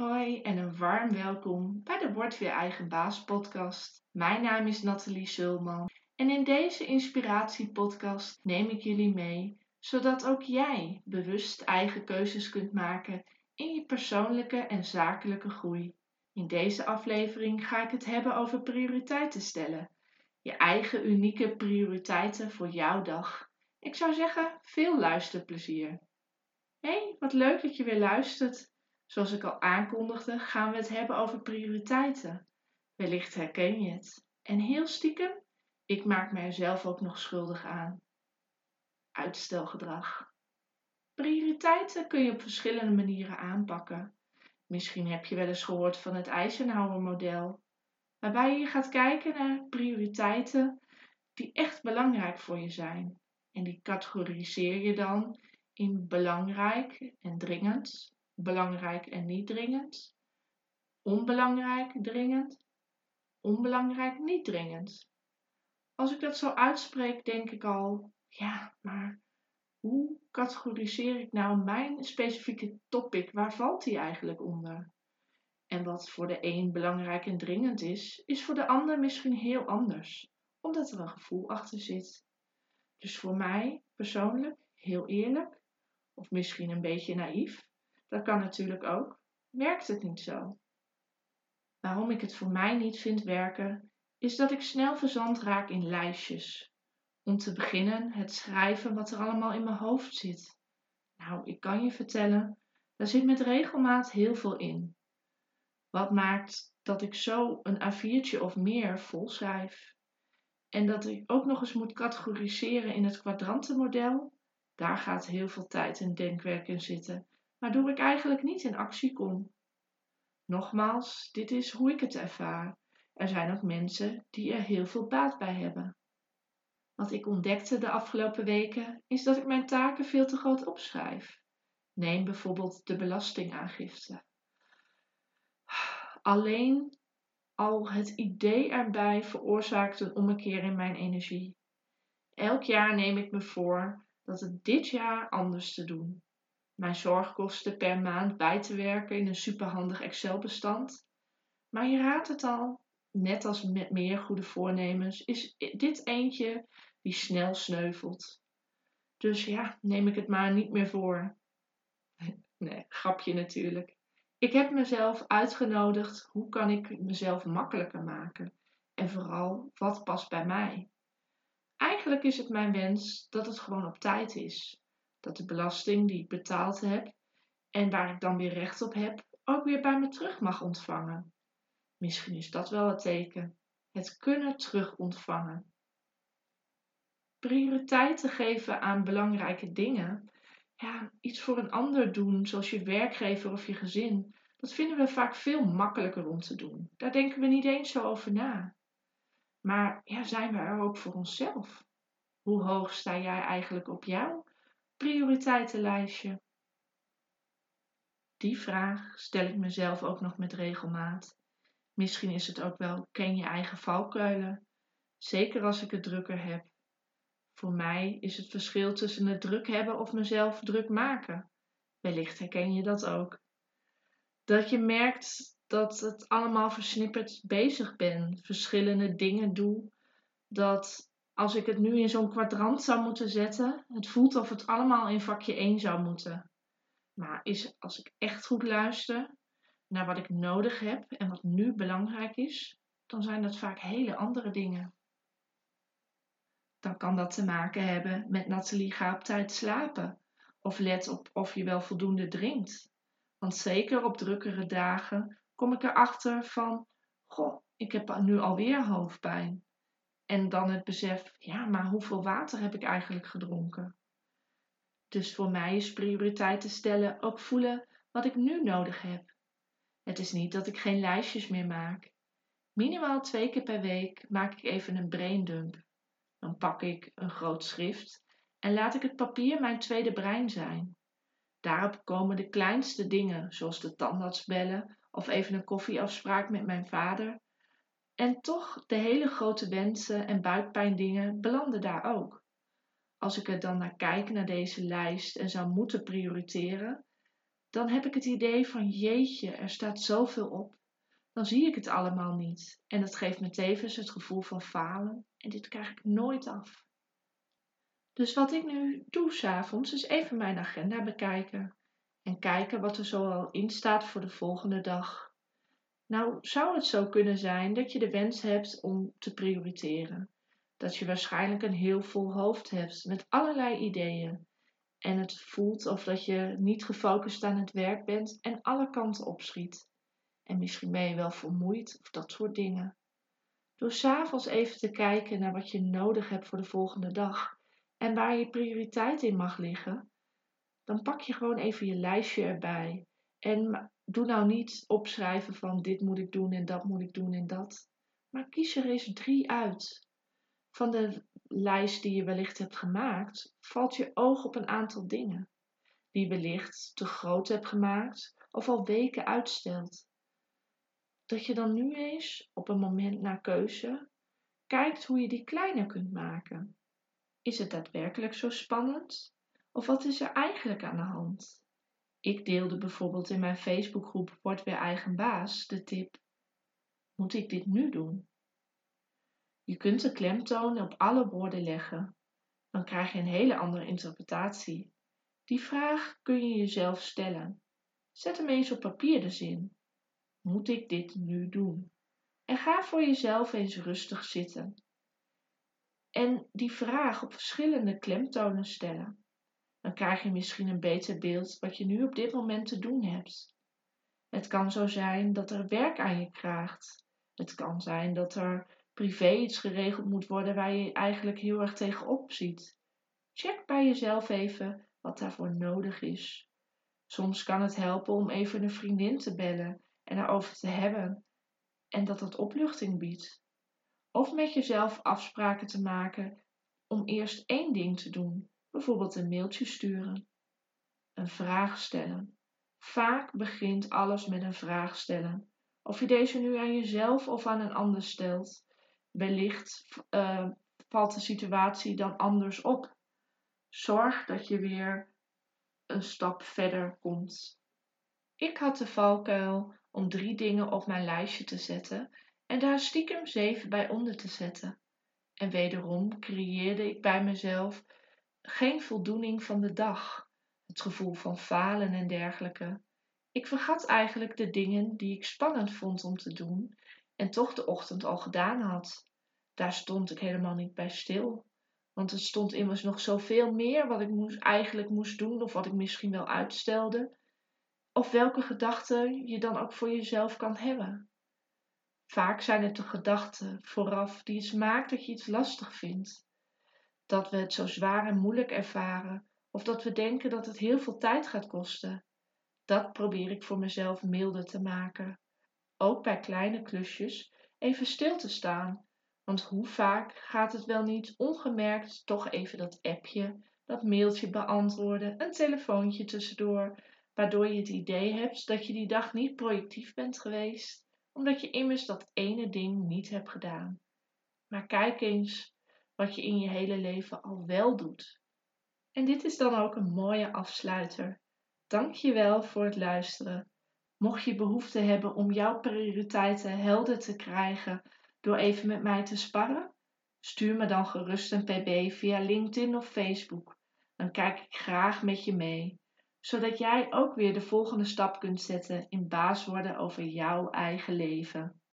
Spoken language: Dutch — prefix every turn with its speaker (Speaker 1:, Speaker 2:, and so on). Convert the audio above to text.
Speaker 1: Hoi en een warm welkom bij de Word Weer Eigen Baas podcast. Mijn naam is Nathalie Sulman en in deze inspiratiepodcast neem ik jullie mee, zodat ook jij bewust eigen keuzes kunt maken in je persoonlijke en zakelijke groei. In deze aflevering ga ik het hebben over prioriteiten stellen. Je eigen unieke prioriteiten voor jouw dag. Ik zou zeggen, veel luisterplezier. Hey, wat leuk dat je weer luistert. Zoals ik al aankondigde, gaan we het hebben over prioriteiten. Wellicht herken je het. En heel stiekem, ik maak me er zelf ook nog schuldig aan. Uitstelgedrag. Prioriteiten kun je op verschillende manieren aanpakken. Misschien heb je wel eens gehoord van het Eisenhower-model, waarbij je gaat kijken naar prioriteiten die echt belangrijk voor je zijn. En die categoriseer je dan in belangrijk en dringend, belangrijk en niet dringend, onbelangrijk dringend, onbelangrijk niet dringend. Als ik dat zo uitspreek, denk ik al, ja, maar hoe categoriseer ik nou mijn specifieke topic? Waar valt die eigenlijk onder? En wat voor de een belangrijk en dringend is voor de ander misschien heel anders, omdat er een gevoel achter zit. Dus voor mij persoonlijk, heel eerlijk, of misschien een beetje naïef, dat kan natuurlijk ook, werkt het niet zo. Waarom ik het voor mij niet vind werken, is dat ik snel verzand raak in lijstjes. Om te beginnen het schrijven wat er allemaal in mijn hoofd zit. Nou, ik kan je vertellen, daar zit met regelmaat heel veel in. Wat maakt dat ik zo een A4'tje of meer vol schrijf? En dat ik ook nog eens moet categoriseren in het kwadrantenmodel, daar gaat heel veel tijd en denkwerk in zitten, waardoor ik eigenlijk niet in actie kom. Nogmaals, dit is hoe ik het ervaar. Er zijn ook mensen die er heel veel baat bij hebben. Wat ik ontdekte de afgelopen weken is dat ik mijn taken veel te groot opschrijf. Neem bijvoorbeeld de belastingaangifte. Alleen al het idee erbij veroorzaakt een ommekeer in mijn energie. Elk jaar neem ik me voor dat het dit jaar anders te doen. Mijn zorgkosten per maand bij te werken in een superhandig Excel-bestand. Maar je raadt het al, net als met meer goede voornemens, is dit eentje die snel sneuvelt. Dus ja, neem ik het maar niet meer voor. Nee, grapje natuurlijk. Ik heb mezelf uitgenodigd, hoe kan ik mezelf makkelijker maken? En vooral, wat past bij mij? Eigenlijk is het mijn wens dat het gewoon op tijd is. Dat de belasting die ik betaald heb en waar ik dan weer recht op heb, ook weer bij me terug mag ontvangen. Misschien is dat wel het teken. Het kunnen terug ontvangen. Prioriteiten geven aan belangrijke dingen. Ja, iets voor een ander doen, zoals je werkgever of je gezin. Dat vinden we vaak veel makkelijker om te doen. Daar denken we niet eens zo over na. Maar ja, zijn we er ook voor onszelf? Hoe hoog sta jij eigenlijk op jouw prioriteitenlijstje? Die vraag stel ik mezelf ook nog met regelmaat. Misschien is het ook wel, ken je eigen valkuilen? Zeker als ik het drukker heb. Voor mij is het verschil tussen het druk hebben of mezelf druk maken. Wellicht herken je dat ook. Dat je merkt dat het allemaal versnipperd bezig ben, verschillende dingen doe, dat als ik het nu in zo'n kwadrant zou moeten zetten, het voelt of het allemaal in vakje 1 zou moeten. Maar als ik echt goed luister naar wat ik nodig heb en wat nu belangrijk is, dan zijn dat vaak hele andere dingen. Dan kan dat te maken hebben met Nathalie, ga op tijd slapen. Of let op of je wel voldoende drinkt. Want zeker op drukkere dagen kom ik erachter van, goh, ik heb nu alweer hoofdpijn. En dan het besef, ja, maar hoeveel water heb ik eigenlijk gedronken? Dus voor mij is prioriteiten stellen ook voelen wat ik nu nodig heb. Het is niet dat ik geen lijstjes meer maak. Minimaal 2 keer per week maak ik even een braindump. Dan pak ik een groot schrift en laat ik het papier mijn tweede brein zijn. Daarop komen de kleinste dingen, zoals de tandarts bellen of even een koffieafspraak met mijn vader. En toch, de hele grote wensen en buikpijndingen belanden daar ook. Als ik er dan naar kijk, naar deze lijst en zou moeten prioriteren, dan heb ik het idee van jeetje, er staat zoveel op. Dan zie ik het allemaal niet. En dat geeft me tevens het gevoel van falen en dit krijg ik nooit af. Dus wat ik nu doe 's avonds is even mijn agenda bekijken en kijken wat er zoal in staat voor de volgende dag. Nou, zou het zo kunnen zijn dat je de wens hebt om te prioriteren. Dat je waarschijnlijk een heel vol hoofd hebt met allerlei ideeën. En het voelt of dat je niet gefocust aan het werk bent en alle kanten opschiet. En misschien ben je wel vermoeid of dat soort dingen. Door 's avonds even te kijken naar wat je nodig hebt voor de volgende dag en waar je prioriteit in mag liggen, dan pak je gewoon even je lijstje erbij. En doe nou niet opschrijven van dit moet ik doen en dat moet ik doen en dat. Maar kies er eens 3 uit. Van de lijst die je wellicht hebt gemaakt, valt je oog op een aantal dingen die je wellicht te groot hebt gemaakt of al weken uitstelt. Dat je dan nu eens op een moment naar keuze kijkt hoe je die kleiner kunt maken. Is het daadwerkelijk zo spannend? Of wat is er eigenlijk aan de hand? Ik deelde bijvoorbeeld in mijn Facebookgroep Word weer eigen baas de tip: moet ik dit nu doen? Je kunt de klemtoon op alle woorden leggen. Dan krijg je een hele andere interpretatie. Die vraag kun je jezelf stellen. Zet hem eens op papier de zin. Moet ik dit nu doen? En ga voor jezelf eens rustig zitten. En die vraag op verschillende klemtonen stellen. Dan krijg je misschien een beter beeld wat je nu op dit moment te doen hebt. Het kan zo zijn dat er werk aan je kraagt. Het kan zijn dat er privé iets geregeld moet worden waar je eigenlijk heel erg tegenop ziet. Check bij jezelf even wat daarvoor nodig is. Soms kan het helpen om even een vriendin te bellen en erover te hebben en dat het opluchting biedt. Of met jezelf afspraken te maken om eerst 1 ding te doen, bijvoorbeeld een mailtje sturen, een vraag stellen. Vaak begint alles met een vraag stellen. Of je deze nu aan jezelf of aan een ander stelt, wellicht valt de situatie dan anders op. Zorg dat je weer een stap verder komt. Ik had de valkuil om 3 dingen op mijn lijstje te zetten en daar stiekem 7 bij onder te zetten. En wederom creëerde ik bij mezelf geen voldoening van de dag, het gevoel van falen en dergelijke. Ik vergat eigenlijk de dingen die ik spannend vond om te doen en toch de ochtend al gedaan had. Daar stond ik helemaal niet bij stil, want er stond immers nog zoveel meer wat ik eigenlijk moest doen of wat ik misschien wel uitstelde, of welke gedachten je dan ook voor jezelf kan hebben. Vaak zijn het de gedachten vooraf die het maakt dat je iets lastig vindt. Dat we het zo zwaar en moeilijk ervaren, of dat we denken dat het heel veel tijd gaat kosten. Dat probeer ik voor mezelf milder te maken. Ook bij kleine klusjes even stil te staan. Want hoe vaak gaat het wel niet ongemerkt toch even dat appje, dat mailtje beantwoorden, een telefoontje tussendoor, waardoor je het idee hebt dat je die dag niet productief bent geweest, omdat je immers dat ene ding niet hebt gedaan. Maar kijk eens wat je in je hele leven al wel doet. En dit is dan ook een mooie afsluiter. Dank je wel voor het luisteren. Mocht je behoefte hebben om jouw prioriteiten helder te krijgen door even met mij te sparren, stuur me dan gerust een pb via LinkedIn of Facebook. Dan kijk ik graag met je mee, zodat jij ook weer de volgende stap kunt zetten in baas worden over jouw eigen leven.